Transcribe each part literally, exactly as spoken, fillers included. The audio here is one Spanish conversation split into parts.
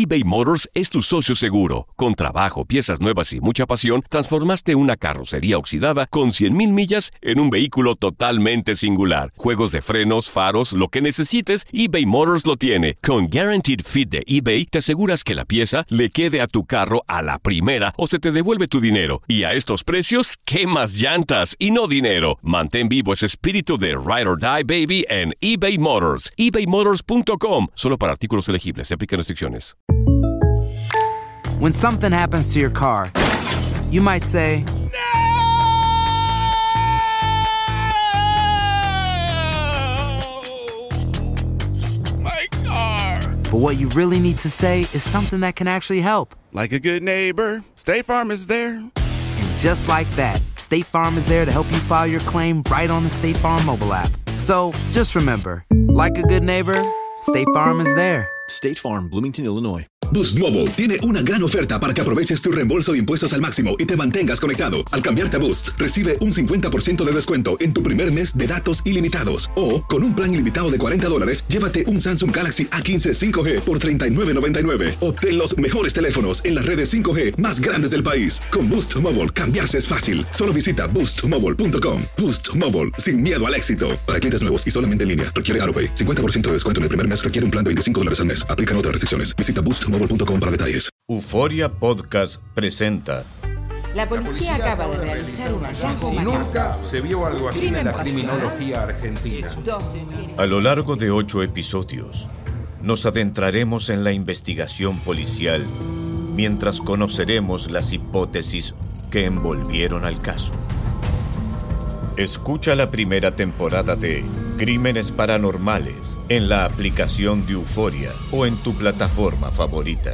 eBay Motors es tu socio seguro. Con trabajo, piezas nuevas y mucha pasión, transformaste una carrocería oxidada con cien mil millas en un vehículo totalmente singular. Juegos de frenos, faros, lo que necesites, eBay Motors lo tiene. Con Guaranteed Fit de eBay, te aseguras que la pieza le quede a tu carro a la primera o se te devuelve tu dinero. Y a estos precios, ¿qué más llantas y no dinero? Mantén vivo ese espíritu de Ride or Die, baby, en eBay Motors. ebay motors punto com. Solo para artículos elegibles. Se aplican restricciones. When something happens to your car, you might say, My car! but what you really need to say is something that can actually help. Like a good neighbor, State Farm is there. And just like that, State Farm is there to help you file your claim right on the State Farm mobile app. So just remember, like a good neighbor, State Farm is there. State Farm, Bloomington, Illinois. Boost Mobile tiene una gran oferta para que aproveches tu reembolso de impuestos al máximo y te mantengas conectado. Al cambiarte a Boost, recibe un cincuenta por ciento de descuento en tu primer mes de datos ilimitados. O, con un plan ilimitado de cuarenta dólares, llévate un Samsung Galaxy A quince cinco G por treinta y nueve noventa y nueve. Obtén los mejores teléfonos en las redes cinco G más grandes del país. Con Boost Mobile, cambiarse es fácil. Solo visita boost mobile punto com. Boost Mobile, sin miedo al éxito. Para clientes nuevos y solamente en línea, requiere AutoPay. cincuenta por ciento de descuento en el primer mes requiere un plan de veinticinco dólares al mes. Aplican otras restricciones. Visita boost mobile punto com para detalles. Euforia Podcast presenta. La policía acaba de realizar un hallazgo macabro. Nunca se vio algo así en la criminología argentina. A lo largo de ocho episodios, nos adentraremos en la investigación policial mientras conoceremos las hipótesis que envolvieron al caso. Escucha la primera temporada de Crímenes Paranormales en la aplicación de Euforia o en tu plataforma favorita.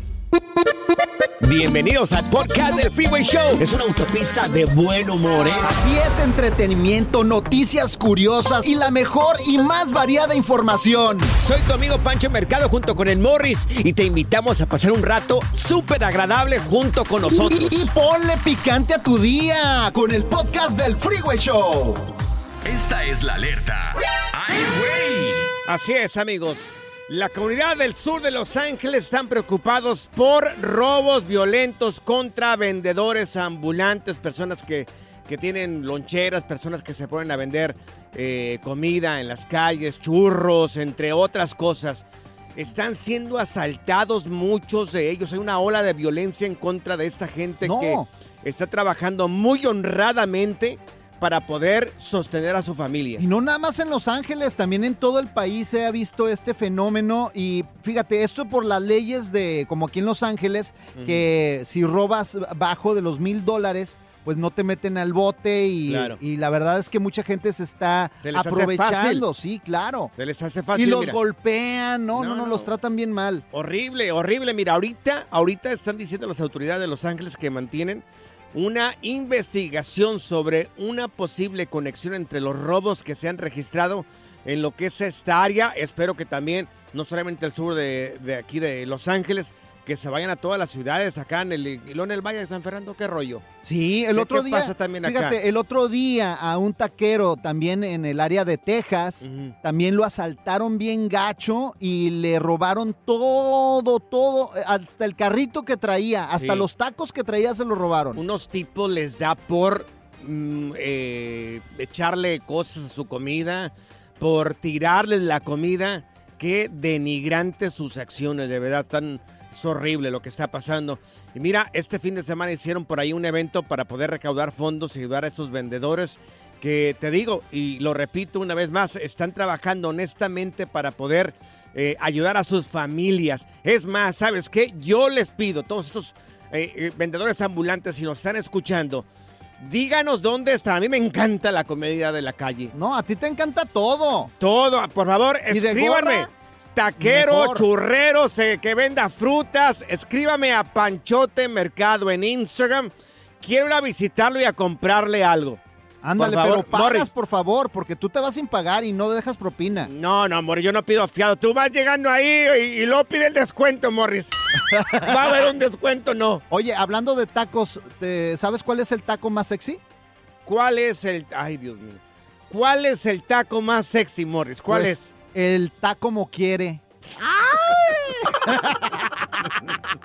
Bienvenidos al podcast del Freeway Show. Es una autopista de buen humor, ¿eh? Así es, entretenimiento, noticias curiosas y la mejor y más variada información. Soy tu amigo Pancho Mercado junto con el Morris y te invitamos a pasar un rato súper agradable junto con nosotros. Y, y ponle picante a tu día con el podcast del Freeway Show. Esta es la alerta. ¡Ay, güey! Así es, amigos. La comunidad del sur de Los Ángeles están preocupados por robos violentos contra vendedores ambulantes, personas que, que tienen loncheras, personas que se ponen a vender eh, comida en las calles, churros, entre otras cosas. Están siendo asaltados muchos de ellos. Hay una ola de violencia en contra de esta gente no. que está trabajando muy honradamente para poder sostener a su familia. Y no nada más en Los Ángeles, también en todo el país se ha visto este fenómeno. Y fíjate, esto por las leyes de, como aquí en Los Ángeles, uh-huh. que si robas bajo de los mil dólares, pues no te meten al bote y, claro. y la verdad es que mucha gente se está se les aprovechando. Hace sí, claro. Se les hace fácil. Y los mira. golpean, no, no, no, no, no, los tratan bien mal. Horrible, horrible. Mira, ahorita, ahorita están diciendo las autoridades de Los Ángeles que mantienen una investigación sobre una posible conexión entre los robos que se han registrado en lo que es esta área. Espero que también, no solamente el sur de, de aquí de Los Ángeles, que se vayan a todas las ciudades acá en el, en el Valle de San Fernando. ¿Qué rollo? Sí, el otro ¿Qué día, pasa también acá? Fíjate, el otro día a un taquero también en el área de Texas, uh-huh. también lo asaltaron bien gacho y le robaron todo, todo, hasta el carrito que traía, hasta sí. los tacos que traía se los robaron. Unos tipos les da por mm, eh, echarle cosas a su comida, por tirarles la comida. Qué denigrantes sus acciones, de verdad, están... Es horrible lo que está pasando. Y mira, este fin de semana hicieron por ahí un evento para poder recaudar fondos y ayudar a estos vendedores que, te digo, y lo repito una vez más, están trabajando honestamente para poder eh, ayudar a sus familias. Es más, ¿sabes qué? Yo les pido, todos estos eh, eh, vendedores ambulantes, si nos están escuchando, díganos dónde están. A mí me encanta la comedia de la calle. No, a ti te encanta todo. Todo, por favor, escríbanme. Taquero, mejor. Churrero, eh, que venda frutas, escríbame a Panchote Mercado en Instagram. Quiero ir a visitarlo y a comprarle algo. Ándale, pero pagas, Morris, por favor, porque tú te vas sin pagar y no dejas propina. No, no, Morris, yo no pido fiado. Tú vas llegando ahí y, y luego pide el descuento, Morris. ¿Va a haber un descuento? No. Oye, hablando de tacos, ¿te, ¿sabes cuál es el taco más sexy? ¿Cuál es el... Ay, Dios mío. ¿Cuál es el taco más sexy, Morris? ¿Cuál pues, es? El taco como quiere.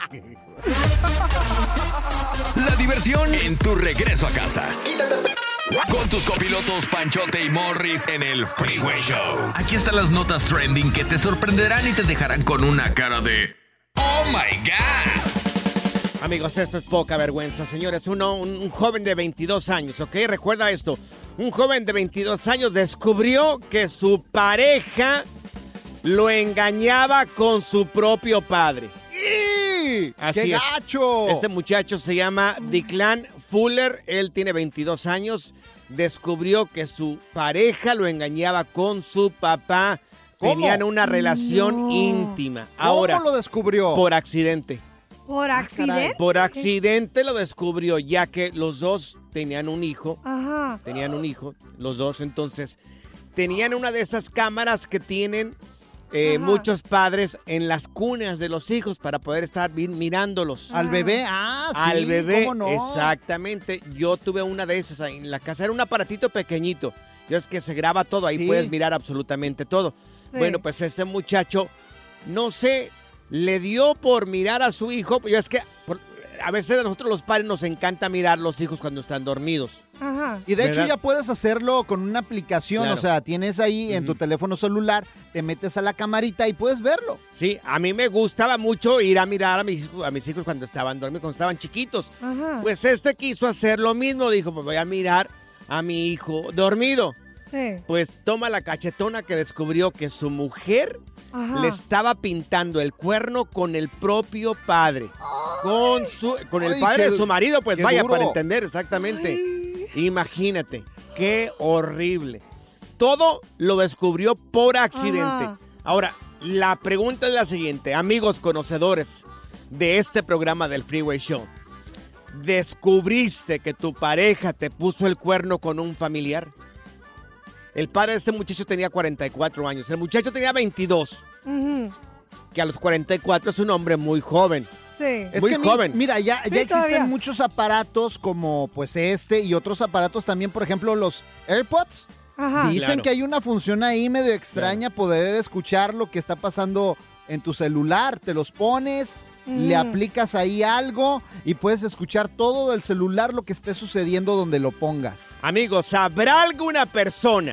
La diversión en tu regreso a casa. Con tus copilotos Panchote y Morris en el Freeway Show. Aquí están las notas trending que te sorprenderán y te dejarán con una cara de ¡Oh, my God! Amigos, esto es poca vergüenza, señores. Uno, un, un joven de veintidós años, ¿ok? Recuerda esto. Un joven de veintidós años descubrió que su pareja lo engañaba con su propio padre. ¡Y! Así ¡Qué es. gacho! Este muchacho se llama Declan Fuller. Él tiene veintidós años. Descubrió que su pareja lo engañaba con su papá. ¿Cómo? Tenían una relación No. íntima. Ahora, ¿Cómo lo descubrió? por accidente. ¿Por accidente? Por accidente lo descubrió, ya que los dos tenían un hijo. Ajá. Tenían un hijo, los dos. Entonces, tenían una de esas cámaras que tienen eh, Ajá. muchos padres en las cunas de los hijos para poder estar vi- mirándolos. ¿Al bebé? Ah, sí. Al bebé, ¿cómo no? exactamente. Yo tuve una de esas ahí en la casa. Era un aparatito pequeñito. Ya es que se graba todo, ahí Sí. puedes mirar absolutamente todo. Sí. Bueno, pues este muchacho, no sé, le dio por mirar a su hijo. Ya es que por- a veces a nosotros los padres nos encanta mirar los hijos cuando están dormidos. Ajá. Y de hecho ¿Verdad? ya puedes hacerlo con una aplicación, Claro. o sea, tienes ahí en tu teléfono celular, te metes a la camarita y puedes verlo. Sí, a mí me gustaba mucho ir a mirar a mis, hijos- a mis hijos cuando estaban dormidos, cuando estaban chiquitos. Ajá. Pues este quiso hacer lo mismo, dijo, pues voy a mirar a mi hijo dormido. Sí. Pues toma la cachetona que descubrió que su mujer Ajá. le estaba pintando el cuerno con el propio padre. Con su con el Ay, padre qué- de su marido, pues qué vaya, duro. para entender exactamente. Ay. Imagínate, qué horrible. Todo lo descubrió por accidente. Ajá. Ahora, la pregunta es la siguiente, amigos conocedores de este programa del Freeway Show. ¿Descubriste que tu pareja te puso el cuerno con un familiar? El padre de este muchacho tenía cuarenta y cuatro años. El muchacho tenía veintidós, Ujú. que a los cuarenta y cuatro es un hombre muy joven. Sí. Es Muy que mi- joven. mira, ya, Sí, ya existen todavía. muchos aparatos como pues este y otros aparatos también, por ejemplo, los AirPods. Ajá. Dicen Claro. que hay una función ahí medio extraña poder escuchar lo que está pasando en tu celular. Te los pones, le Ujú. aplicas ahí algo y puedes escuchar todo del celular lo que esté sucediendo donde lo pongas. Amigos, ¿habrá alguna persona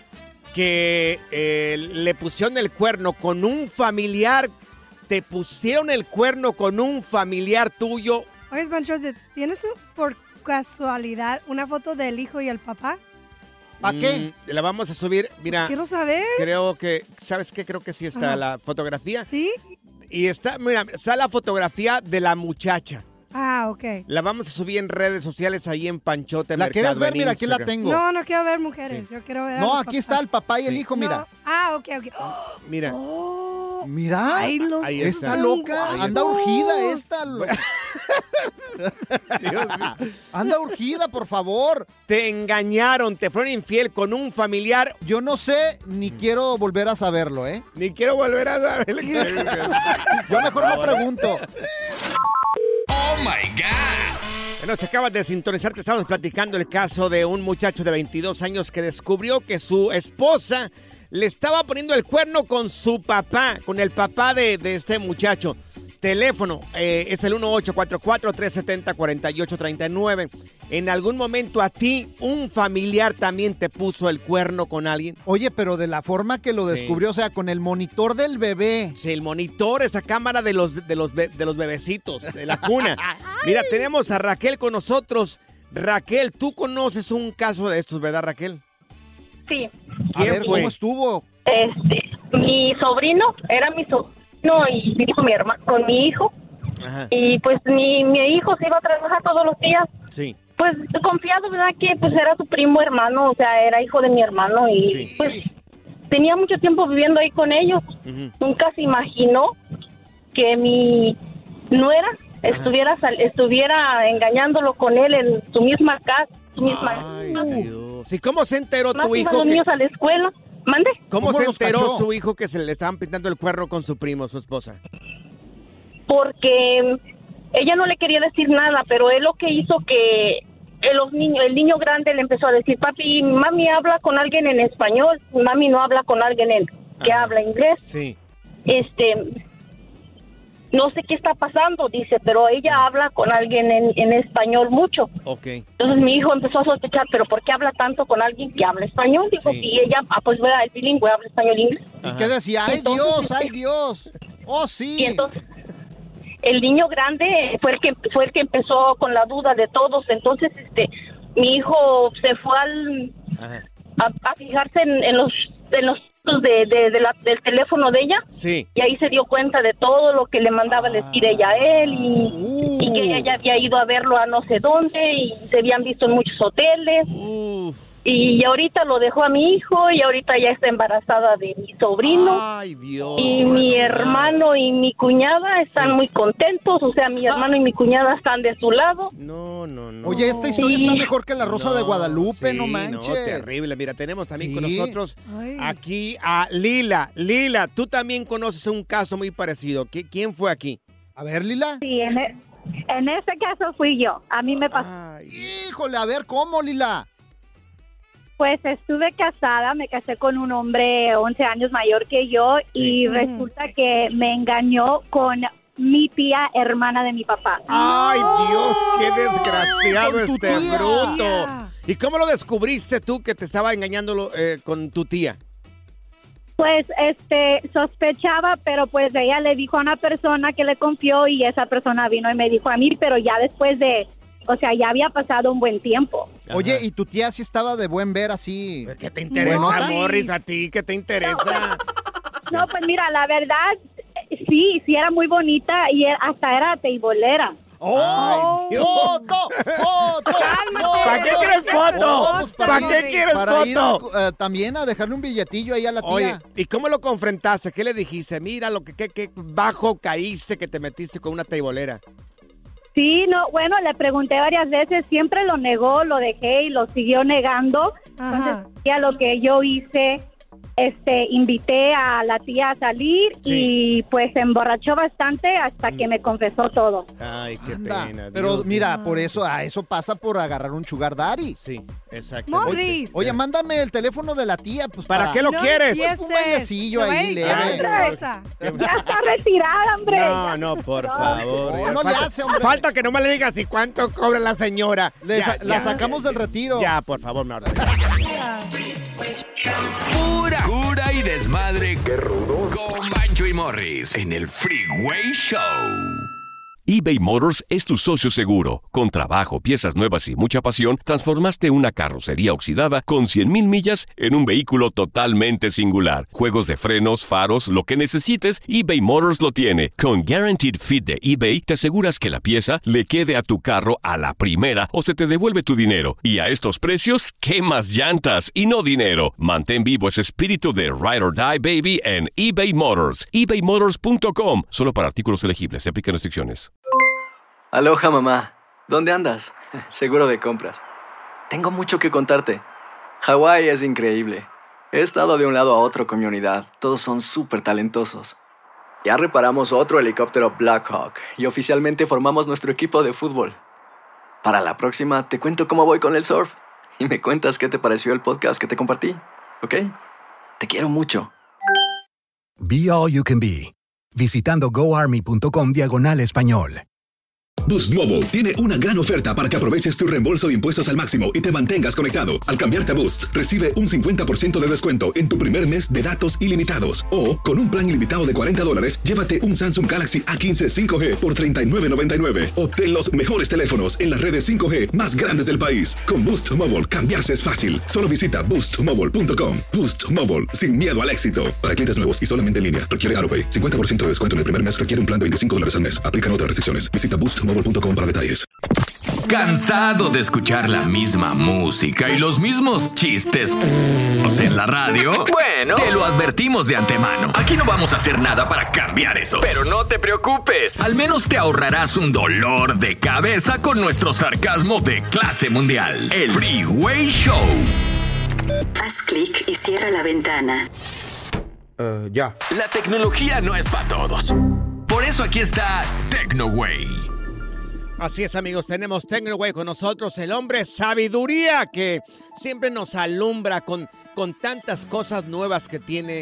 que eh, le pusieron el cuerno con un familiar? ¿Te pusieron el cuerno con un familiar tuyo? Oye, Panchote, ¿tienes un- por casualidad una foto del hijo y el papá? ¿Para qué? Mm, la vamos a subir. Mira, Quiero saber. creo que, ¿sabes qué? Creo que sí está Ajá. la fotografía. ¿Sí? Y está, mira, está la fotografía de la muchacha. Ah, ok. La vamos a subir en redes sociales ahí en Panchote ¿La Mercado. quieres ver? en Mira, aquí la Instagram. tengo. No, no quiero ver mujeres. Yo quiero ver a No, los aquí papás. está el papá y el Sí. hijo, No. mira. Ah, ok, ok. Oh, Mira. oh. Mira. Ay, los Ahí Está está. loca, Ahí anda está. urgida esta. lo- Dios mío. Anda urgida, por favor. Te engañaron, te fueron infiel con un familiar. Yo no sé ni quiero volver a saberlo, ¿eh? Ni quiero volver a saber. Yo mejor no pregunto. ¡Oh, my God! Bueno, si acabas de sintonizar, te estamos platicando el caso de un muchacho de veintidós años que descubrió que su esposa le estaba poniendo el cuerno con su papá, con el papá de, de este muchacho. Teléfono eh, es el uno ocho cuatro cuatro, tres siete cero, cuatro ocho tres nueve. ¿En algún momento a ti un familiar también te puso el cuerno con alguien? Oye, pero de la forma que lo Sí. descubrió, o sea, con el monitor del bebé. Sí, el monitor, esa cámara de los, de los, be- de los bebecitos, de la cuna. Mira, tenemos a Raquel con nosotros. Raquel, tú conoces un caso de estos, ¿verdad, Raquel? Sí. A ¿Quién ver, fue? ¿cómo estuvo? Este, mi sobrino era mi sobrino y vivió con mi hermano, con mi hijo. Ajá. Y pues mi, mi hijo se iba a trabajar todos los días. Sí. Pues confiado, ¿verdad? Que pues era su primo hermano, o sea, era hijo de mi hermano y Sí. pues tenía mucho tiempo viviendo ahí con ellos. Ujú. Nunca se imaginó que mi nuera estuviera sal- estuviera engañándolo con él en su misma casa, su misma Ay, Dios. ¿Y cómo se enteró Más tu iban hijo? los que- niños a la escuela. ¿Mande? ¿Cómo, ¿Cómo se los enteró cachó? su hijo que se le estaban pintando el cuerno con su primo, su esposa? Porque ella no le quería decir nada, pero él lo que hizo que eh, los niños, el niño grande le empezó a decir, papi, mami habla con alguien en español, mami no habla con alguien en, que Ajá. habla inglés. Sí. Este, no sé qué está pasando, dice, pero ella habla con alguien en, en español mucho. Okay. Entonces mi hijo empezó a sospechar, pero ¿por qué habla tanto con alguien que habla español? Dijo, Sí. y ella, ah, pues vea, el bilingüe, habla español e inglés. ¿Y qué decía? ¡Ay, Entonces, Dios! ¡Ay, Dios! ¡Oh, sí! Y entonces el niño grande fue el que fue el que empezó con la duda de todos. Entonces, este, mi hijo se fue al a, a fijarse en, en los en los de, de, de la, del teléfono de ella. Sí. Y ahí se dio cuenta de todo lo que le mandaba decir ella a él y, Uh. y que ella ya había ido a verlo a no sé dónde y se habían visto en muchos hoteles. Uf. Y ahorita lo dejó a mi hijo y ahorita ya está embarazada de mi sobrino. Ay, Dios. Y mi hermano y mi cuñada están muy contentos, o sea, mi hermano y mi cuñada están de su lado. No, no, no. Oye, esta historia Sí. está mejor que la Rosa de Guadalupe, Sí, no manches. No, terrible. Mira, tenemos también con Sí. nosotros Ay. aquí a Lila. Lila, tú también conoces un caso muy parecido. ¿Qui- ¿Quién fue aquí? A ver, Lila. Sí, en, e- en ese caso fui yo. A mí me pasó. Híjole, a ver, ¿cómo, Lila? Pues estuve casada, me casé con un hombre once años mayor que yo y resulta que me engañó con mi tía hermana de mi papá. Ay, Dios, qué desgraciado con tu este tía. bruto. ¿Y cómo lo descubriste tú que te estaba engañando eh, con tu tía? Pues este sospechaba, pero pues ella le dijo a una persona que le confió y esa persona vino y me dijo a mí, pero ya después de, o sea, ya había pasado un buen tiempo. Oye, ¿y tu tía sí estaba de buen ver así? ¿Qué te interesa, ¿Buenota? Morris, a ti? ¿Qué te interesa? No, pues mira, la verdad, sí, sí era muy bonita y hasta era teibolera. ¡Oh! ¡Foto! ¡Foto! ¿Para qué quieres foto? pues ¿Para qué quieres para ir foto? a- eh, también a dejarle un billetillo ahí a la tía. Oye, ¿y cómo lo confrontaste? ¿Qué le dijiste? Mira lo que, que, que bajo caíste que te metiste con una teibolera. Sí, no, bueno, le pregunté varias veces, siempre lo negó, lo dejé y lo siguió negando. Entonces, ya lo que yo hice, este, invité a la tía a salir y pues se emborrachó bastante hasta que me confesó todo. Ay, qué Anda, pena. pero Dios mira, mío. por eso, a eso pasa por agarrar un sugar daddy. Sí, exacto. Morris. Oye, mándame el teléfono de la tía, pues ¿Para qué lo No quieres? Pues, un bailecillo Te va a ahí, ir leve. siempre esa. Ya está retirada, hombre. No, no, por favor. No, Ya no le falta, hace, hombre. falta que no me le digas y cuánto cobra la señora. Le Ya, sa- la ya. sacamos del retiro. Ya, por favor, me ahora. Pura cura y desmadre. ¡Qué rudos! Con Bancho y Morris en el Freeway Show. eBay Motors es tu socio seguro. Con trabajo, piezas nuevas y mucha pasión, transformaste una carrocería oxidada con cien mil millas en un vehículo totalmente singular. Juegos de frenos, faros, lo que necesites, eBay Motors lo tiene. Con Guaranteed Fit de eBay, te aseguras que la pieza le quede a tu carro a la primera o se te devuelve tu dinero. Y a estos precios, ¿qué más llantas y no dinero? Mantén vivo ese espíritu de Ride or Die, baby, en eBay Motors. ebay motors punto com. Solo para artículos elegibles. Se aplican restricciones. Aloha, mamá. ¿Dónde andas? Seguro de compras. Tengo mucho que contarte. Hawái es increíble. He estado de un lado a otro con mi unidad. Todos son súper talentosos. Ya reparamos otro helicóptero Blackhawk y oficialmente formamos nuestro equipo de fútbol. Para la próxima te cuento cómo voy con el surf y me cuentas qué te pareció el podcast que te compartí, ¿ok? Te quiero mucho. Be All You Can Be, visitando goarmy.com diagonal español. Boost Mobile tiene una gran oferta para que aproveches tu reembolso de impuestos al máximo y te mantengas conectado. Al cambiarte a Boost, recibe un cincuenta por ciento de descuento en tu primer mes de datos ilimitados. O, con un plan ilimitado de cuarenta dólares, llévate un Samsung Galaxy A quince cinco G por treinta y nueve noventa y nueve. Obtén los mejores teléfonos en las redes cinco G más grandes del país. Con Boost Mobile, cambiarse es fácil. Solo visita boost mobile punto com. Boost Mobile, sin miedo al éxito. Para clientes nuevos y solamente en línea, requiere AutoPay. cincuenta por ciento de descuento en el primer mes requiere un plan de veinticinco dólares al mes. Aplican otras restricciones. Visita boost mobile punto com para detalles. ¿Cansado de escuchar la misma música y los mismos chistes en la radio? Bueno, te lo advertimos de antemano. Aquí no vamos a hacer nada para cambiar eso. Pero no te preocupes. Al menos te ahorrarás un dolor de cabeza con nuestro sarcasmo de clase mundial. El Freeway Show. Haz clic y cierra la ventana. Uh, ya. La tecnología no es para todos. Por eso aquí está TecnoWay. Así es, amigos, tenemos TecnoWay con nosotros, el hombre sabiduría que siempre nos alumbra con, con tantas cosas nuevas que tiene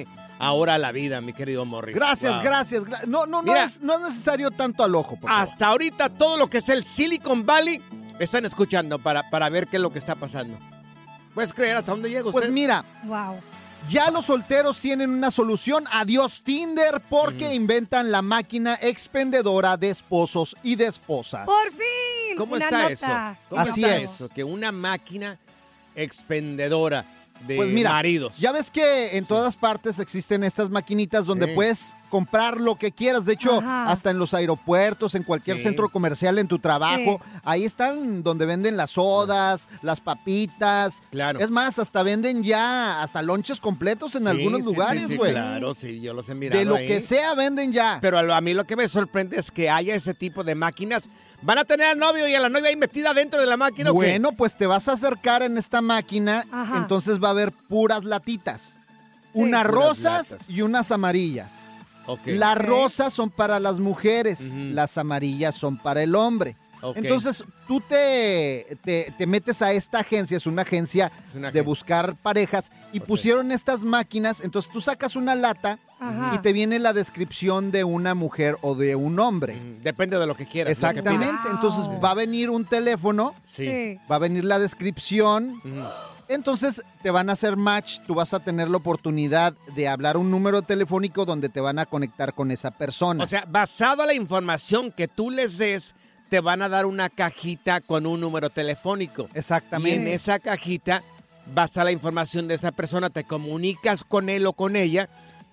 ahora la vida, mi querido Morris. Gracias, wow. gracias. No, no, no es, no es necesario tanto al ojo. Por hasta favor. ahorita todo lo que es el Silicon Valley están escuchando para, para ver qué es lo que está pasando. ¿Puedes creer hasta dónde llega usted? Pues mira, wow. ya los solteros tienen una solución. Adiós Tinder, porque mm. inventan la máquina expendedora de esposos y de esposas. ¡Por fin! ¿Cómo una está nota. eso? ¿Cómo Así está es. eso? Que una máquina expendedora de pues mira, maridos. Ya ves que en todas partes existen estas maquinitas donde sí. puedes comprar lo que quieras. De hecho, Ajá. hasta en los aeropuertos, en cualquier sí. centro comercial, en tu trabajo, Sí. ahí están donde venden las sodas, las papitas. Claro. Es más, hasta venden ya hasta lonches completos en Sí, algunos sí, lugares, sí, güey. sí, claro, sí, yo los he mirado De lo ahí. que sea venden ya. Pero a, lo, a mí lo que me sorprende es que haya ese tipo de máquinas. ¿Van a tener al novio y a la novia ahí metida dentro de la máquina o qué? Bueno, pues te vas a acercar en esta máquina, Ajá. entonces va a haber puras latitas. Sí. Unas Puras rosas latas. y unas amarillas. Okay. Las Ok. rosas son para las mujeres, Ujú. las amarillas son para el hombre. Ok. Entonces tú te, te, te metes a esta agencia, es una agencia Es una de agencia. buscar parejas y O pusieron estas máquinas, entonces tú sacas una lata Ajá. y te viene la descripción de una mujer o de un hombre. Mm, Depende de lo que quieras. lo que Exactamente, pidas. Wow. entonces va a venir un teléfono, Sí. Sí. va a venir la descripción. Mm. Entonces te van a hacer match, tú vas a tener la oportunidad de hablar un número telefónico donde te van a conectar con esa persona. O sea, basado a la información que tú les des, te van a dar una cajita con un número telefónico. Y Exactamente. en esa cajita va a estar la información de esa persona, te comunicas con él o con ella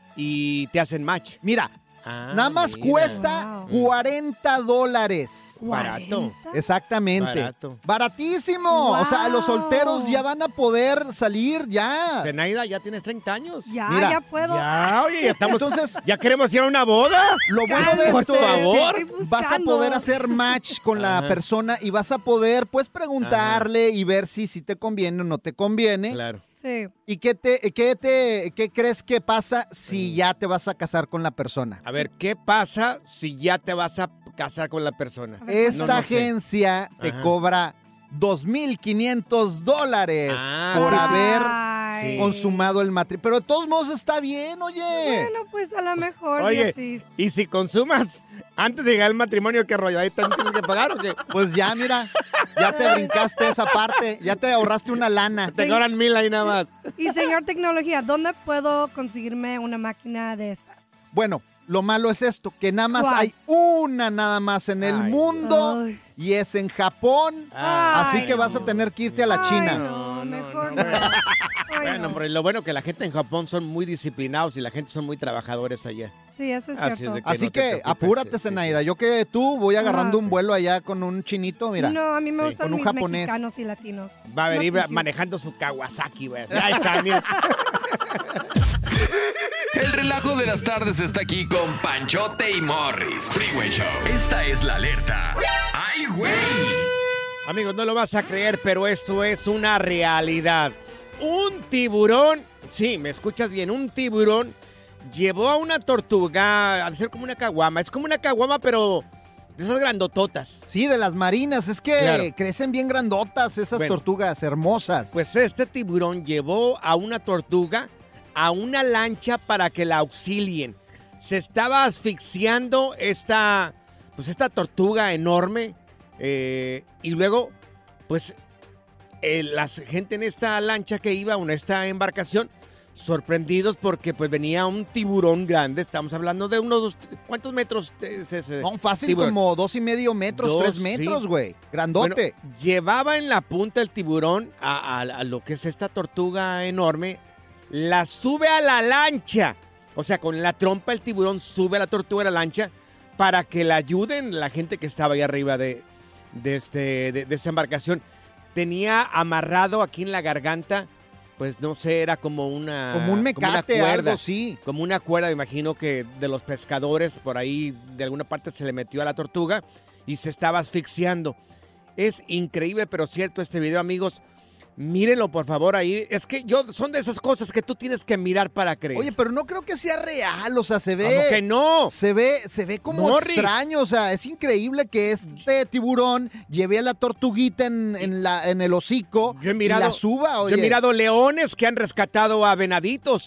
y te hacen match. Mira, Ah, nada más mira. cuesta Wow. cuarenta dólares. Barato. Exactamente. Barato. Baratísimo. O sea, los Wow. solteros ya van a poder salir ya. Zenaida, ya tienes treinta años. Ya, Mira, ya puedo. Ya, oye, ya estamos. Entonces, ya queremos ir a una boda. lo bueno de Por esto es favor. que Estoy vas a buscando. poder hacer match con la Ajá. persona y vas a poder, pues, preguntarle y ver si, si te conviene o no te conviene. Claro. Sí. ¿Y qué te, qué te, qué crees que pasa si ya te vas a casar con la persona? A ver, ¿qué pasa si ya te vas a casar con la persona? A ver, Esta No, no sé. agencia te Ajá. cobra dos mil quinientos dólares Ah, por sí. haber Ay. consumado el matrimonio. Pero de todos modos está bien, oye. Bueno, pues a lo mejor. Oye, sí. y si consumas antes de llegar al matrimonio, ¿qué rollo? ¿Ahí también tienes que pagar o qué? Pues ya, mira, ya te brincaste esa parte, ya te ahorraste una lana. Te cobran mil ahí nada más. Y señor tecnología, ¿dónde puedo conseguirme una máquina de estas? Bueno, lo malo es esto, que nada más ¿Cuál? hay una nada más en el Ay, mundo Ay. y es en Japón. Ay, así que vas a tener que irte a la Ay, China. no, mejor no. bueno. Ay, Bueno, no. hombre, lo bueno que la gente en Japón son muy disciplinados y la gente son muy trabajadores allá. Sí, eso es Así cierto. es de Así no te que preocupes, apúrate, sí, sí, Zenaida. Yo que tú voy agarrando Ah, un vuelo allá con un chinito, mira. No, a mí me Sí. gustan Con un mis japonés. mexicanos y latinos. Va a venir No, thank you. manejando su Kawasaki, güey. Ahí está, mira. El relajo de las tardes está aquí con Panchote y Morris. Freeway Show. Esta es la alerta. ¡Ay, güey! Amigos, no lo vas a creer, pero eso es una realidad. Un tiburón, sí, me escuchas bien, un tiburón llevó a una tortuga a ser como una caguama. Es como una caguama, pero de esas grandototas. Sí, de las marinas. Es que Claro. crecen bien grandotas esas Bueno. tortugas hermosas. Pues este tiburón llevó a una tortuga a una lancha para que la auxilien. Se estaba asfixiando esta, pues esta tortuga enorme eh, y luego, pues, eh, la gente en esta lancha que iba, en esta embarcación, sorprendidos porque pues venía un tiburón grande. Estamos hablando de unos, dos- ¿cuántos metros es ese? No, fácil tiburón? como dos y medio metros, Dos, tres sí. metros, güey. Grandote. Bueno, llevaba en la punta el tiburón a, a- a lo que es esta tortuga enorme, la sube a la lancha. O sea, con la trompa el tiburón sube a la tortuga a la lancha para que la ayuden la gente que estaba ahí arriba de, de, este, de, de esta embarcación. Tenía amarrado aquí en la garganta, pues no sé, era como una... Como un mecate, como una cuerda, algo, sí. Como una cuerda, me imagino que de los pescadores, por ahí de alguna parte se le metió a la tortuga y se estaba asfixiando. Es increíble, pero cierto este video, amigos. Mírenlo, por favor, ahí. Es que yo, son de esas cosas que tú tienes que mirar para creer. Oye, pero no creo que sea real, o sea, se ve... ¿Cómo que no? Se ve, se ve como Morris. extraño, o sea, es increíble que este tiburón lleve a la tortuguita en, en, la, en el hocico Yo he mirado, y la suba, oye. Yo he mirado leones que han rescatado a venaditos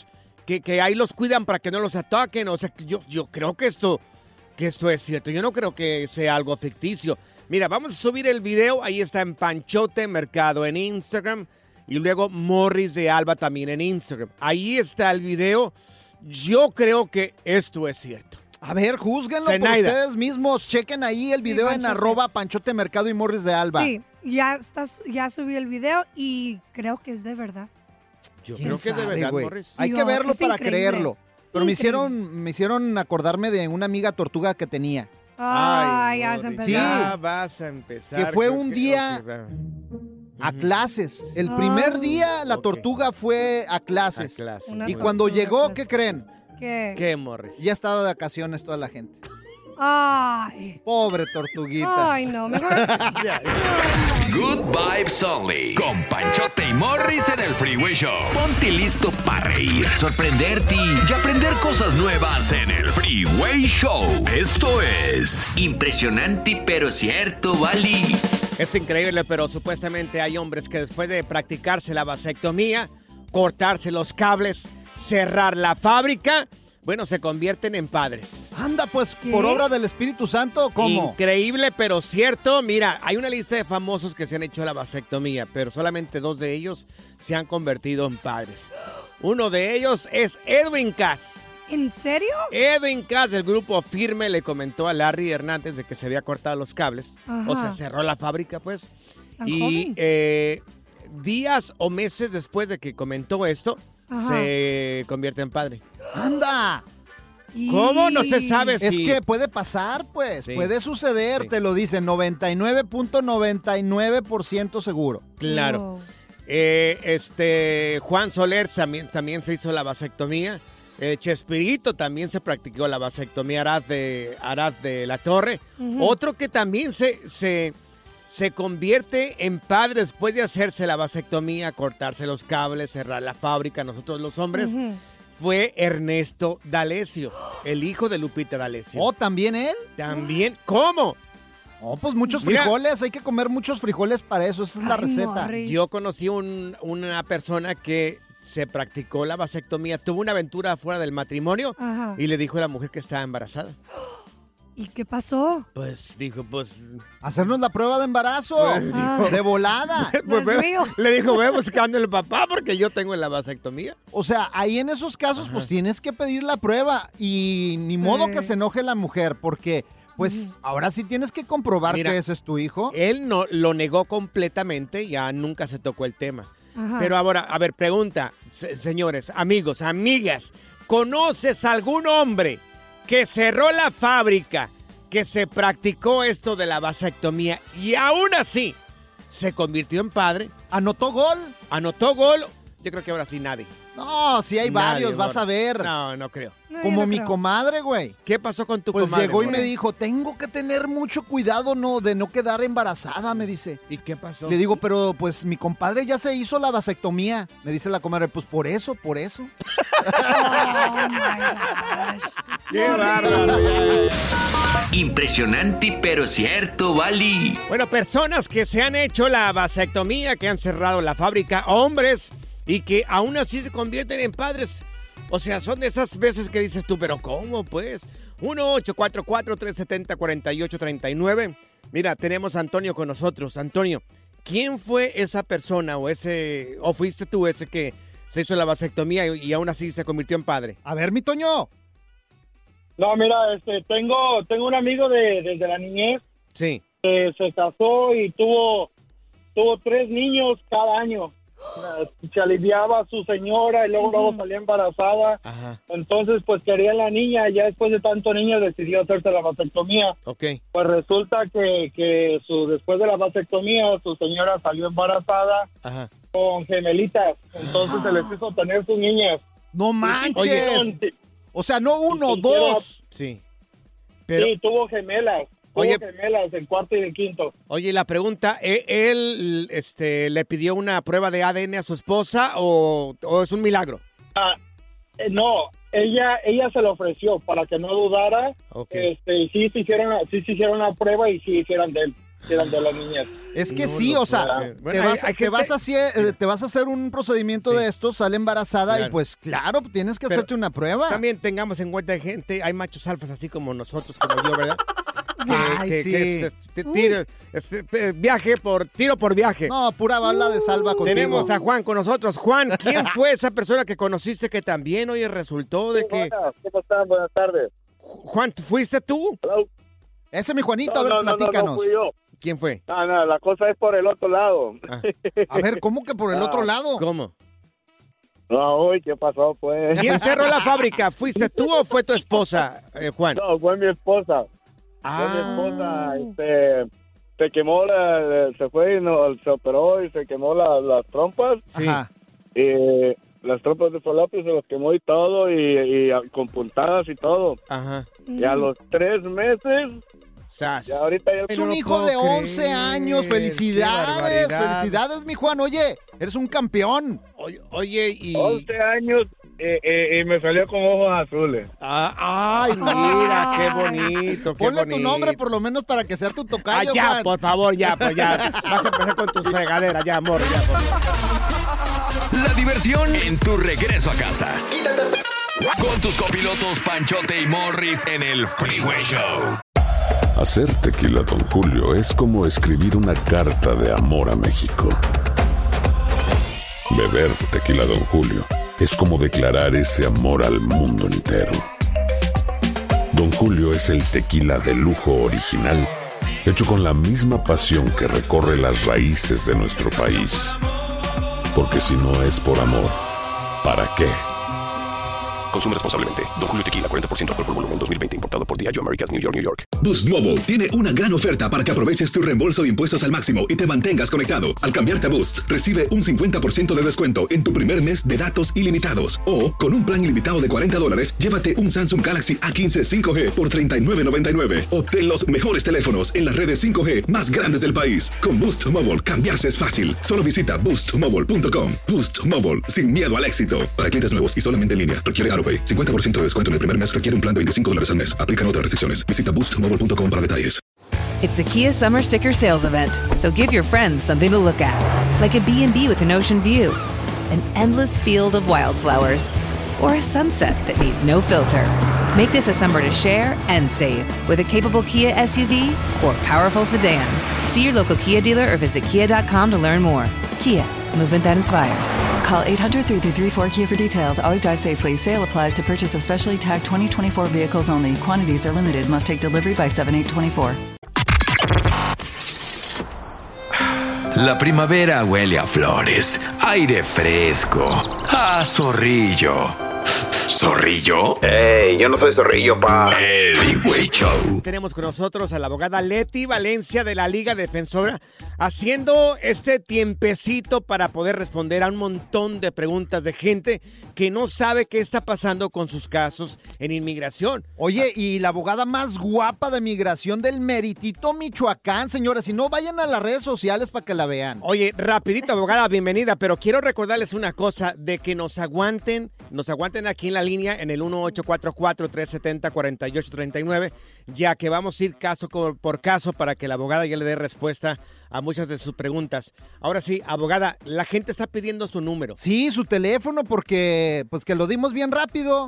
que, que ahí los cuidan para que no los ataquen. O sea, yo, yo creo que esto, que esto es cierto. Yo no creo que sea algo ficticio. Mira, vamos a subir el video. Ahí está en Panchote Mercado en Instagram. Y luego Morris de Alba también en Instagram. Ahí está el video. Yo creo que esto es cierto. A ver, júzguenlo Zenaida. por ustedes mismos. Chequen ahí el video Sí, en Panchote. arroba Panchote Mercado y Morris de Alba. Sí, ya, está, ya subí el video y creo que es de verdad. Yo ¿Quién creo que es de sabe, verdad, güey? Morris. Hay Yo, que verlo es para increíble. creerlo. Pero me Increíble. hicieron, me hicieron acordarme de una amiga tortuga que tenía. Ay, ya se Morris, empezó. Ya vas a empezar. Que fue creo un que- día ok, va. a clases. El primer Ah. día la Ok. tortuga fue a clases. A clases. Una Y tortuga cuando a llegó, clases. ¿qué creen? ¿Qué? ¿Qué, Morris? Ya estaba de vacaciones toda la gente. Ay. Pobre tortuguita. Ay, no, mejor. Good Vibes Only. Con Panchote y Morris en el Freeway Show. Ponte listo para reír, sorprenderte y aprender cosas nuevas en el Freeway Show. Esto es impresionante pero cierto, Bali. Es increíble, pero supuestamente hay hombres que después de practicarse la vasectomía, cortarse los cables, cerrar la fábrica, bueno, se convierten en padres. Anda, pues, ¿Qué? por obra del Espíritu Santo, ¿cómo? Increíble, pero cierto. Mira, hay una lista de famosos que se han hecho la vasectomía, pero solamente dos de ellos se han convertido en padres. Uno de ellos es Edwin Cass. ¿En serio? Edwin Cass del grupo Firme le comentó a Larry Hernández de que se había cortado los cables. Ajá. O sea, cerró la fábrica, pues. Tan Y joven. eh, días o meses después de que comentó esto, Ajá. se convierte en padre. ¡Anda! ¿Cómo? No se sabe Es si... que puede pasar, pues. Sí. Puede suceder, Sí. te lo dicen. noventa y nueve punto noventa y nueve por ciento seguro. Claro. Eh, este, Juan Soler también, también se hizo la vasectomía. Eh, Chespirito también se practicó la vasectomía. Arad de, Arad de la Torre. Ujú. Otro que también se, se, se convierte en padre después de hacerse la vasectomía, cortarse los cables, cerrar la fábrica, nosotros los hombres, Ujú. fue Ernesto D'Alessio, el hijo de Lupita D'Alessio. ¿Oh, también él? También, ¿cómo? Oh, pues muchos Mira. frijoles. Hay que comer muchos frijoles para eso. Esa es la Ay, receta. Morris. Yo conocí un- una persona que se practicó la vasectomía, tuvo una aventura fuera del matrimonio Ajá. y le dijo a la mujer que estaba embarazada. ¿Y qué pasó? Pues dijo, pues... Hacernos la prueba de embarazo. Pues, dijo- de volada. pues, Dios ve- mío. le dijo, ve buscando el papá porque yo tengo la vasectomía. O sea, ahí en esos casos, pues tienes que pedir la prueba. Y ni modo que se enoje la mujer, porque, pues, ahora sí tienes que comprobar Mira, que ese es tu hijo. Él no lo negó completamente, ya nunca se tocó el tema. Ajá. Pero ahora, a ver, pregunta, se- señores, amigos, amigas, ¿conoces algún hombre que cerró la fábrica, que se practicó esto de la vasectomía y aún así se convirtió en padre? ¿Anotó gol? ¿Anotó gol? Yo creo que ahora sí nadie. No, sí hay Nadie, varios, vas a Morris. ver. No, no creo. No, yo Como no mi creo. comadre, güey. ¿Qué pasó con tu Pues comadre? llegó y me Morris? dijo, tengo que tener mucho cuidado no, de no quedar embarazada, me dice. ¿Y qué pasó? Le digo, pero pues mi compadre ya se hizo la vasectomía. Me dice la comadre, pues por eso, por eso. Oh, my gosh. ¡Qué bárbaro! Impresionante pero cierto, Bali. Bueno, personas que se han hecho la vasectomía, que han cerrado la fábrica, hombres, y que aún así se convierten en padres. O sea, son de esas veces que dices tú, pero ¿cómo pues? uno ocho cuatro cuatro, tres siete cero, cuatro ocho tres nueve. Mira, tenemos a Antonio con nosotros. Antonio, ¿quién fue esa persona o ese, o fuiste tú ese que se hizo la vasectomía y, y aún así se convirtió en padre? A ver, mi Toño. No, mira, este, tengo, tengo un amigo de, desde la niñez Sí. que se casó y tuvo, tuvo tres niños cada año. Se aliviaba a su señora y luego, luego salía embarazada. Ajá. Entonces, pues quería la niña. Ya después de tanto niño decidió hacerse la vasectomía. Ok. Pues resulta que, que su, después de la vasectomía, su señora salió embarazada Ajá. con gemelitas. Entonces se les hizo tener sus niñas. No manches. Oye, O sea, no uno, Sí, dos. Sí. Pero, sí, tuvo gemelas. Tuvo Oye- gemelas en cuarto y en quinto. oye, la pregunta, ¿e- ¿él este, le pidió una prueba de A D N a su esposa o, o es un milagro? Ah, eh, no, ella ella se lo ofreció para que no dudara. Ok. Este, y sí se hicieron, sí se hicieron la prueba y sí hicieron de él. quieran de la niñez. Es que No sí, lo o sea, crean. te, Bueno, vas, hay- hay te, vas a gente- hacer, eh, te vas a hacer un procedimiento de estos, sale embarazada Claro. y pues claro, tienes que Pero hacerte una prueba. También tengamos en cuenta, gente, hay machos alfas así como nosotros, como yo, ¿verdad? Que, Ay, que- sí. que es, este, tiro- este, eh, viaje por tiro por viaje. No, pura bala de salva contigo. Tenemos a Juan con nosotros. Juan, ¿quién fue esa persona que conociste que también, oye, resultó de que... ¿Cómo están? Buenas tardes. Juan, ¿fuiste tú? Ese mi Juanito, No, a ver, no, no, no, platícanos. no fui yo. ¿Quién fue? No, no, la cosa es por el otro lado. A ver, ¿cómo que por el Ah. otro lado? ¿Cómo? No, uy, ¿qué pasó, pues? ¿Quién cerró la fábrica? ¿Fuiste tú o fue tu esposa, eh, Juan? No, fue mi esposa. Ah. Fue mi esposa, este, se quemó, la, se fue y no, se operó y se quemó la- las trompas. Sí. Y las trompas de falopio se las quemó y todo, y, y con puntadas y todo. Ajá. Y a los tres meses, Sas. ya ahorita ya... Es un hijo de once años, felicidades, barbaridad. felicidades mi Juan, oye, eres un campeón. Oye, oye y... once años eh, eh, y me salió con ojos azules. Ah, ay, mira, qué bonito, qué Ponle bonito. tu nombre por lo menos para que sea tu Ah, tocayo, ya, Juan. por favor, ya, pues ya. Vas a empezar con tus fregaderas, ya, amor, ya, por favor. La diversión en tu regreso a casa. Con tus copilotos Panchote y Morris en el Freeway Show. Hacer tequila Don Julio es como escribir una carta de amor a México. Beber tequila Don Julio es como declarar ese amor al mundo entero. Don Julio es el tequila de lujo original, hecho con la misma pasión que recorre las raíces de nuestro país. Porque si no es por amor, ¿para qué? Consume responsablemente. Don Julio Tequila, cuarenta por ciento alcohol por volumen, dos mil veinte. Importado por Diageo Americas, New York, New York. Boost Mobile tiene una gran oferta para que aproveches tu reembolso de impuestos al máximo y te mantengas conectado. Al cambiarte a Boost, recibe un cincuenta por ciento de descuento en tu primer mes de datos ilimitados. O, con un plan ilimitado de cuarenta dólares, llévate un Samsung Galaxy A quince cinco G por treinta y nueve noventa y nueve. Obtén los mejores teléfonos en las redes cinco G más grandes del país. Con Boost Mobile, cambiarse es fácil. Solo visita boost mobile punto com. Boost Mobile, sin miedo al éxito. Para clientes nuevos y solamente en línea, requiere AutoPay. cincuenta por ciento de descuento en el primer mes requiere un plan de veinticinco dólares al mes. Aplican otras restricciones. Visita boost mobile punto com para detalles. It's the Kia Summer Sticker Sales Event, so give your friends something to look at, like a B and B with an ocean view, an endless field of wildflowers, or a sunset that needs no filter. Make this a summer to share and save with a capable Kia S U V or powerful sedan. See your local Kia dealer or visit kia dot com to learn more. Kia, movement that inspires. Call eight hundred, three three three, four Kia for details. Always drive safely. Sale applies to purchase of specially tagged twenty twenty-four vehicles only. Quantities are limited. Must take delivery by seven eight twenty-four. La primavera huele a flores, aire fresco, a zorrillo. ¿Zorrillo? ¡Ey! Yo no soy zorrillo, pa. El Freeway Show. Tenemos con nosotros a la abogada Leti Valencia de la Liga Defensora haciendo este tiempecito para poder responder a un montón de preguntas de gente que no sabe qué está pasando con sus casos en inmigración. Oye, y la abogada más guapa de migración del Meritito, Michoacán, señores. Si no, vayan a las redes sociales para que la vean. Oye, rapidito, abogada, bienvenida, pero quiero recordarles una cosa, de que nos aguanten, nos aguanten aquí en la línea en el uno ocho cuatro cuatro, tres siete cero, cuatro ocho tres nueve, ya que vamos a ir caso por caso para que la abogada ya le dé respuesta a muchas de sus preguntas. Ahora sí, abogada, la gente está pidiendo su número. Sí, su teléfono, porque pues que lo dimos bien rápido.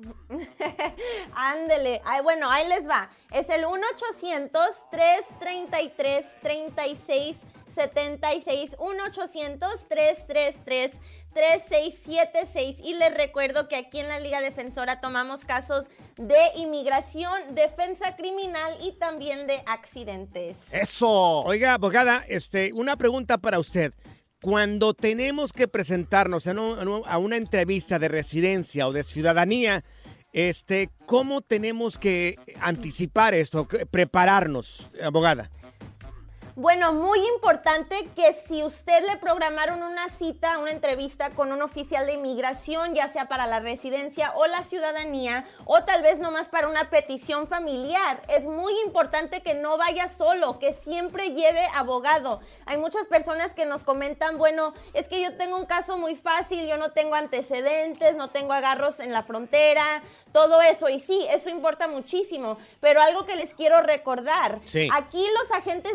Ándele. Ay, bueno, ahí les va. Es el uno ochocientos, tres treinta y tres, treinta y seis setenta y seis, uno ochocientos, tres treinta y tres, treinta y seis setenta y seis. Y les recuerdo que aquí en la Liga Defensora tomamos casos de inmigración, defensa criminal y también de accidentes. ¡Eso! Oiga, abogada, este, una pregunta para usted. Cuando tenemos que presentarnos a una, a una entrevista de residencia o de ciudadanía, este, ¿cómo tenemos que anticipar esto, prepararnos, abogada? Bueno, muy importante que si usted le programaron una cita, una entrevista con un oficial de inmigración, ya sea para la residencia o la ciudadanía, o tal vez nomás para una petición familiar, es muy importante que no vaya solo, que siempre lleve abogado. Hay muchas personas que nos comentan, bueno, es que yo tengo un caso muy fácil, yo no tengo antecedentes, no tengo agarros en la frontera, todo eso. Y sí, eso importa muchísimo, pero algo que les quiero recordar, sí. Aquí los agentes de inmigración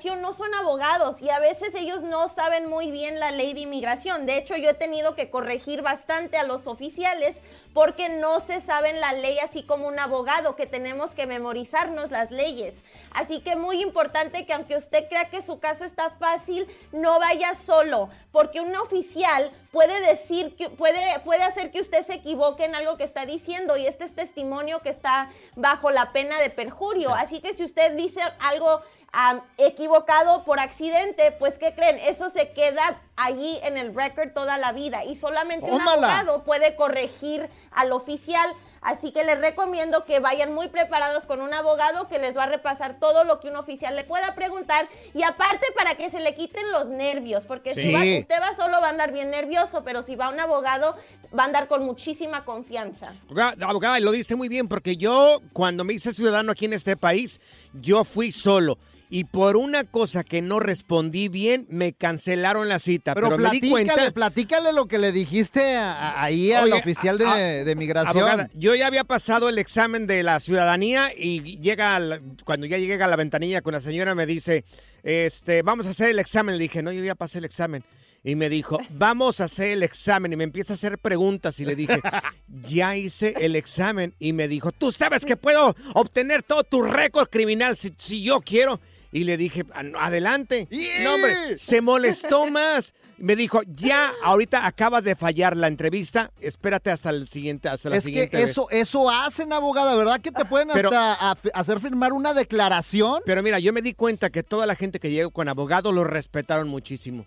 inmigración no son abogados y a veces ellos no saben muy bien la ley de inmigración. De hecho, yo he tenido que corregir bastante a los oficiales porque no se saben la ley así como un abogado, que tenemos que memorizarnos las leyes. Así que muy importante que aunque usted crea que su caso está fácil, no vaya solo, porque un oficial puede decir que puede, puede hacer que usted se equivoque en algo que está diciendo, y este es testimonio que está bajo la pena de perjurio. Así que si usted dice algo Um, equivocado por accidente, pues ¿qué creen? Eso se queda allí en el record toda la vida y solamente un ¡Tómala! abogado puede corregir al oficial. Así que les recomiendo que vayan muy preparados con un abogado que les va a repasar todo lo que un oficial le pueda preguntar, y aparte para que se le quiten los nervios, porque Sí. si va, usted va solo va a andar bien nervioso, pero si va un abogado va a andar con muchísima confianza. Abogada, abogada, lo dice muy bien, porque yo cuando me hice ciudadano aquí en este país, yo fui solo. Y por una cosa que no respondí bien, me cancelaron la cita. Pero, Pero, me di platícale, cuenta... platícale lo que le dijiste a- a- ahí al Oye, oficial de, a- de migración. Abogada, yo ya había pasado el examen de la ciudadanía y llega al- cuando ya llegué a la ventanilla con la señora me dice, este, vamos a hacer el examen. Le dije, no, yo ya pasé el examen. Y me dijo, vamos a hacer el examen. Y me empieza a hacer preguntas y le dije, ya hice el examen. Y me dijo, tú sabes que puedo obtener todo tu récord criminal si, si yo quiero. Y le dije, adelante. No, hombre, se molestó más. Me dijo, ya, ahorita acabas de fallar la entrevista, espérate hasta el siguiente, hasta la Es que siguiente vez. eso, eso hacen, abogada, ¿verdad? Que te pueden Pero- hasta a- hacer firmar una declaración. Pero mira, yo me di cuenta que toda la gente que llegó con abogado lo respetaron muchísimo.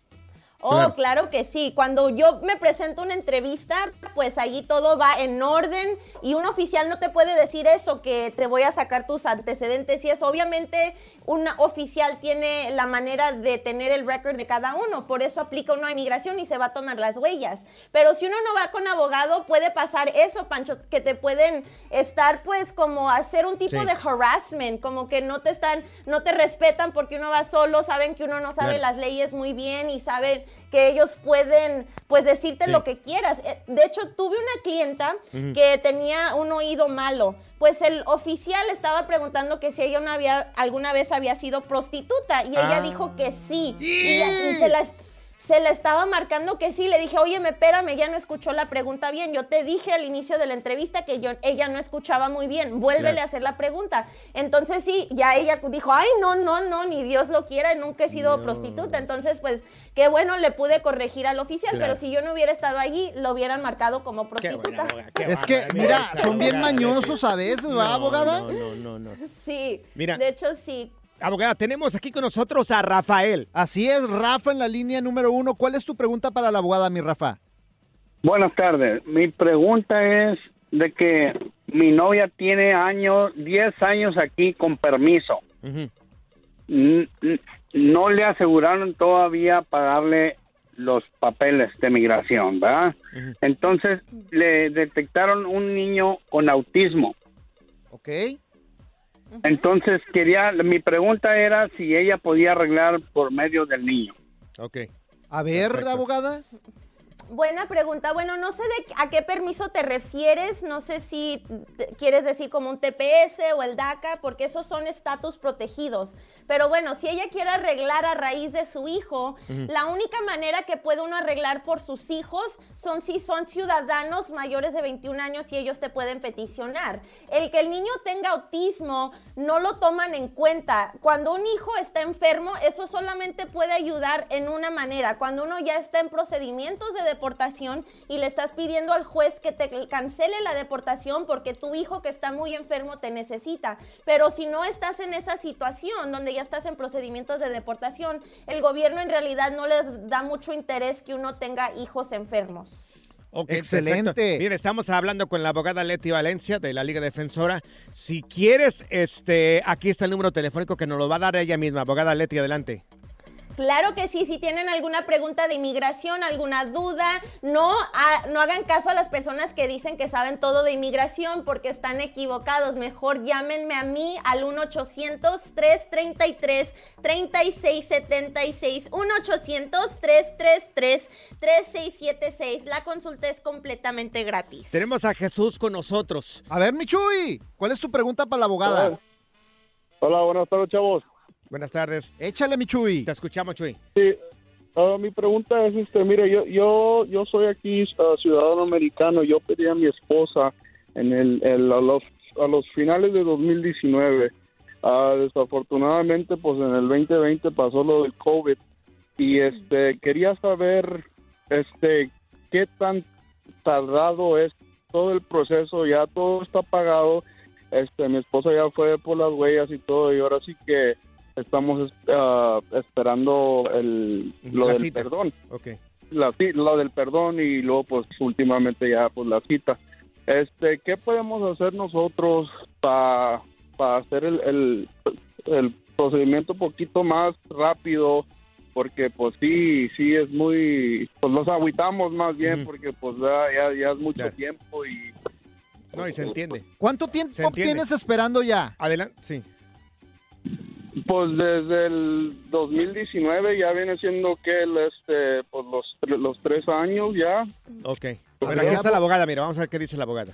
Oh, Claro. claro que sí. Cuando yo me presento a una entrevista, pues allí todo va en orden y un oficial no te puede decir eso, que te voy a sacar tus antecedentes y eso. Obviamente, un oficial tiene la manera de tener el récord de cada uno, por eso aplica uno a inmigración y se va a tomar las huellas. Pero si uno no va con abogado, puede pasar eso, Pancho, que te pueden estar pues como hacer un tipo Sí. de harassment, como que no te están, no te respetan porque uno va solo, saben que uno no sabe Claro. las leyes muy bien y saben que ellos pueden pues decirte Sí. lo que quieras. Eh, De hecho, tuve una clienta Ujú. que tenía un oído malo. Pues el oficial estaba preguntando que si ella no había, alguna vez había sido prostituta y ella Ah. dijo que sí. Y, la- y se las... Se le estaba marcando que sí, le dije, oye, me espérame, ya no escuchó la pregunta bien. Yo te dije al inicio de la entrevista que yo, ella no escuchaba muy bien, vuélvele Claro. a hacer la pregunta. Entonces sí, ya ella dijo, ay, no, no, no, ni Dios lo quiera, nunca he sido prostituta. Entonces, pues, qué bueno, le pude corregir al oficial, Claro. pero si yo no hubiera estado allí, lo hubieran marcado como prostituta. Es que, mira, son bien mañosos a veces, ¿verdad, abogada? No, no, no, no. Sí, Mira. de hecho sí. Abogada, tenemos aquí con nosotros a Rafael. Así es, Rafa en la línea número uno. ¿Cuál es tu pregunta para la abogada, mi Rafa? Buenas tardes. Mi pregunta es de que mi novia tiene años, diez años aquí con permiso. N- n- No le aseguraron todavía pagarle los papeles de migración, ¿verdad? Entonces le detectaron un niño con autismo. Ok. Entonces quería, mi pregunta era si ella podía arreglar por medio del niño. Ok. A ver, Perfecto. abogada. Buena pregunta. Bueno, no sé de a qué permiso te refieres. No sé si te- quieres decir como un T P S o el DACA, porque esos son estatus protegidos. Pero bueno, si ella quiere arreglar a raíz de su hijo, Ujú. la única manera que puede uno arreglar por sus hijos son si son ciudadanos mayores de veintiún años y ellos te pueden peticionar. El que el niño tenga autismo no lo toman en cuenta. Cuando un hijo está enfermo, eso solamente puede ayudar en una manera. Cuando uno ya está en procedimientos de deportación y le estás pidiendo al juez que te cancele la deportación porque tu hijo que está muy enfermo te necesita. Pero si no estás en esa situación donde ya estás en procedimientos de deportación, el gobierno en realidad no les da mucho interés que uno tenga hijos enfermos. Ok, Excelente. perfecto. Mira, estamos hablando con la abogada Leti Valencia de la Liga Defensora. Si quieres, este, aquí está el número telefónico que nos lo va a dar ella misma. Abogada Leti, adelante. Claro que sí, si tienen alguna pregunta de inmigración, alguna duda, no, ha- no hagan caso a las personas que dicen que saben todo de inmigración porque están equivocados. Mejor llámenme a mí al uno ochocientos, tres treinta y tres, treinta y seis setenta y seis, uno ochocientos, tres treinta y tres, treinta y seis setenta y seis. La consulta es completamente gratis. Tenemos a Jesús con nosotros. A ver, Michuy, ¿cuál es tu pregunta para la abogada? Hola, buenas tardes, chavos. Buenas tardes. Échale, mi Chuy. Te escuchamos, Chuy. Sí, uh, mi pregunta es, este, mire, yo yo yo soy aquí uh, ciudadano americano. Yo pedí a mi esposa en el, el a los a los finales de dos mil diecinueve. Uh, desafortunadamente, pues en el veinte veinte pasó lo del COVID y este quería saber, este, qué tan tardado es todo el proceso. Ya todo está pagado. Este, mi esposa ya fue por las huellas y todo, y ahora sí que estamos uh, esperando el lo La del cita. perdón. Okay. La, ci- lo del perdón y luego pues últimamente ya pues la cita. Este, ¿qué podemos hacer nosotros para para hacer el, el el procedimiento un poquito más rápido? Porque pues sí, sí es muy, pues nos agüitamos más bien, porque pues ya, ya, ya es mucho tiempo y... No, y se entiende. ¿Cuánto tiempo Se entiende. tienes esperando ya? Adelante, sí. Pues desde el dos mil diecinueve ya viene siendo que el, este, pues los, los tres años ya. Ok. Bueno, aquí está la abogada, mira, vamos a ver qué dice la abogada.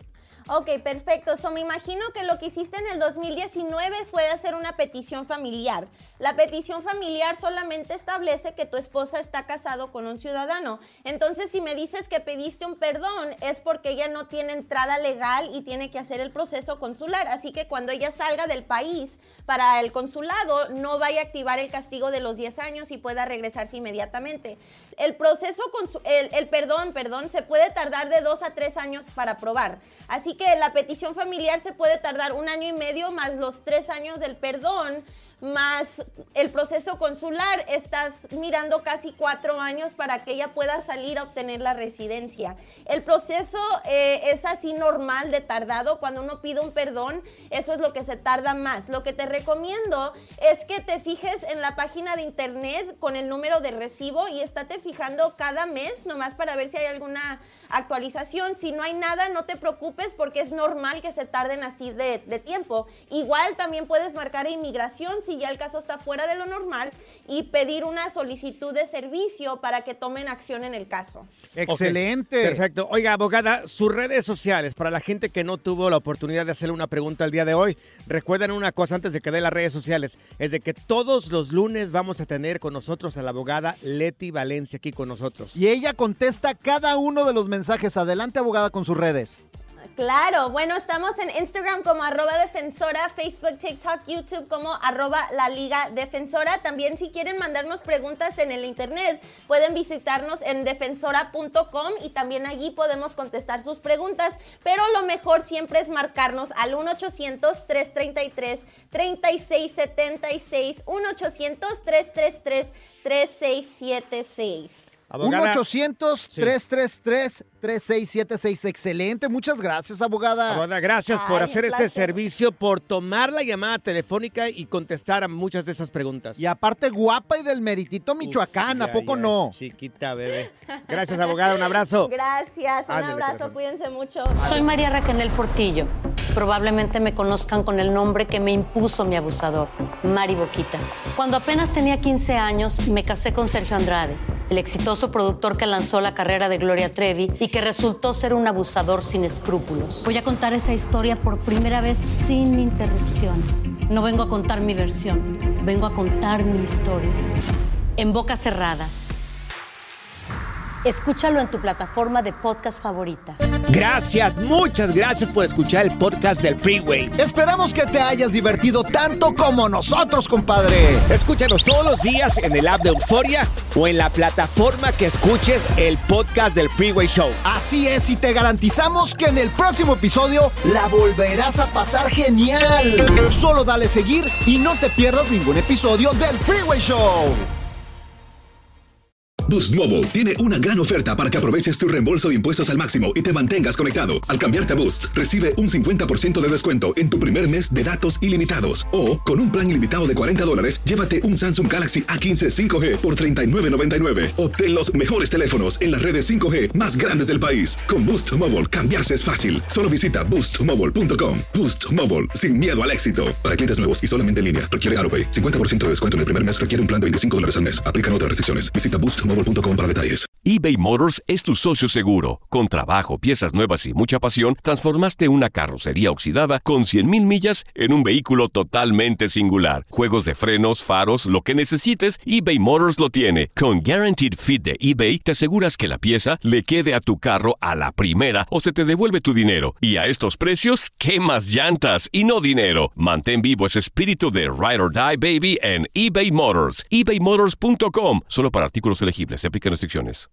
Ok, perfecto. So, me imagino que lo que hiciste en el dos mil diecinueve fue hacer una petición familiar. La petición familiar solamente establece que tu esposa está casado con un ciudadano. Entonces, si me dices que pediste un perdón, es porque ella no tiene entrada legal y tiene que hacer el proceso consular. Así que cuando ella salga del país para el consulado, no vaya a activar el castigo de los diez años y pueda regresarse inmediatamente. El proceso, consu- el, el perdón, perdón, se puede tardar de dos a tres años para aprobar. Así que la petición familiar se puede tardar un año y medio más los tres años del perdón, más el proceso consular. Estás mirando casi cuatro años para que ella pueda salir a obtener la residencia. El proceso eh, es así normal de tardado. Cuando uno pide un perdón, eso es lo que se tarda más. Lo que te recomiendo es que te fijes en la página de internet con el número de recibo y estate fijando cada mes nomás para ver si hay alguna actualización. Si no hay nada, no te preocupes porque es normal que se tarden así de, de tiempo. Igual también puedes marcar a inmigración si ya el caso está fuera de lo normal y pedir una solicitud de servicio para que tomen acción en el caso. Excelente. Okay, perfecto. Oiga, abogada, sus redes sociales, para la gente que no tuvo la oportunidad de hacerle una pregunta el día de hoy, recuerden una cosa antes de que dé las redes sociales, es de que todos los lunes vamos a tener con nosotros a la abogada Leti Valencia aquí con nosotros. Y ella contesta cada uno de los mensajes. Adelante, abogada, con sus redes. Claro, bueno, estamos en Instagram como arroba defensora, Facebook, TikTok, YouTube como arroba la Liga Defensora. También si quieren mandarnos preguntas en el internet, pueden visitarnos en defensora punto com y también allí podemos contestar sus preguntas. Pero lo mejor siempre es marcarnos al uno ochocientos, tres treinta y tres, treinta y seis setenta y seis, uno ochocientos, tres treinta y tres, treinta y seis setenta y seis. uno ochocientos, tres treinta y tres, treinta y seis setenta y seis. Excelente, muchas gracias, abogada. Abogada, gracias Ay, por hacer un este placer. servicio, por tomar la llamada telefónica y contestar a muchas de esas preguntas. Y aparte, guapa y del meritito Michoacán, Uf, ¿a poco ya, no? Chiquita, bebé. Gracias, abogada, un abrazo. Gracias, un Ándale, abrazo, corazón. cuídense mucho. Soy María Raquel Portillo. Probablemente me conozcan con el nombre que me impuso mi abusador, Mari Boquitas. Cuando apenas tenía quince años, me casé con Sergio Andrade, el exitoso productor que lanzó la carrera de Gloria Trevi y que resultó ser un abusador sin escrúpulos. Voy a contar esa historia por primera vez sin interrupciones. No vengo a contar mi versión, vengo a contar mi historia. En boca cerrada. Escúchalo en tu plataforma de podcast favorita. Gracias, muchas gracias por escuchar el podcast del Freeway. Esperamos que te hayas divertido tanto como nosotros, compadre. Escúchanos todos los días en el app de Euforia o en la plataforma que escuches el podcast del Freeway Show. Así es, y te garantizamos que en el próximo episodio la volverás a pasar genial. Solo dale seguir y no te pierdas ningún episodio del Freeway Show. Boost Mobile tiene una gran oferta para que aproveches tu reembolso de impuestos al máximo y te mantengas conectado. Al cambiarte a Boost, recibe un cincuenta por ciento de descuento en tu primer mes de datos ilimitados. O, con un plan ilimitado de cuarenta dólares, llévate un Samsung Galaxy A quince cinco G por treinta y nueve noventa y nueve. Obtén los mejores teléfonos en las redes cinco G más grandes del país. Con Boost Mobile, cambiarse es fácil. Solo visita boost mobile punto com. Boost Mobile, sin miedo al éxito. Para clientes nuevos y solamente en línea, requiere AutoPay. cincuenta por ciento de descuento en el primer mes requiere un plan de veinticinco dólares al mes. Aplican otras restricciones. Visita boost mobile punto com para detalles. eBay Motors es tu socio seguro. Con trabajo, piezas nuevas y mucha pasión, transformaste una carrocería oxidada con cien mil millas en un vehículo totalmente singular. Juegos de frenos, faros, lo que necesites, eBay Motors lo tiene. Con Guaranteed Fit de eBay, te aseguras que la pieza le quede a tu carro a la primera o se te devuelve tu dinero. Y a estos precios, ¿qué más llantas y no dinero? Mantén vivo ese espíritu de Ride or Die, baby, en eBay Motors. ebay motors punto com. Solo para artículos elegibles. Se aplican restricciones.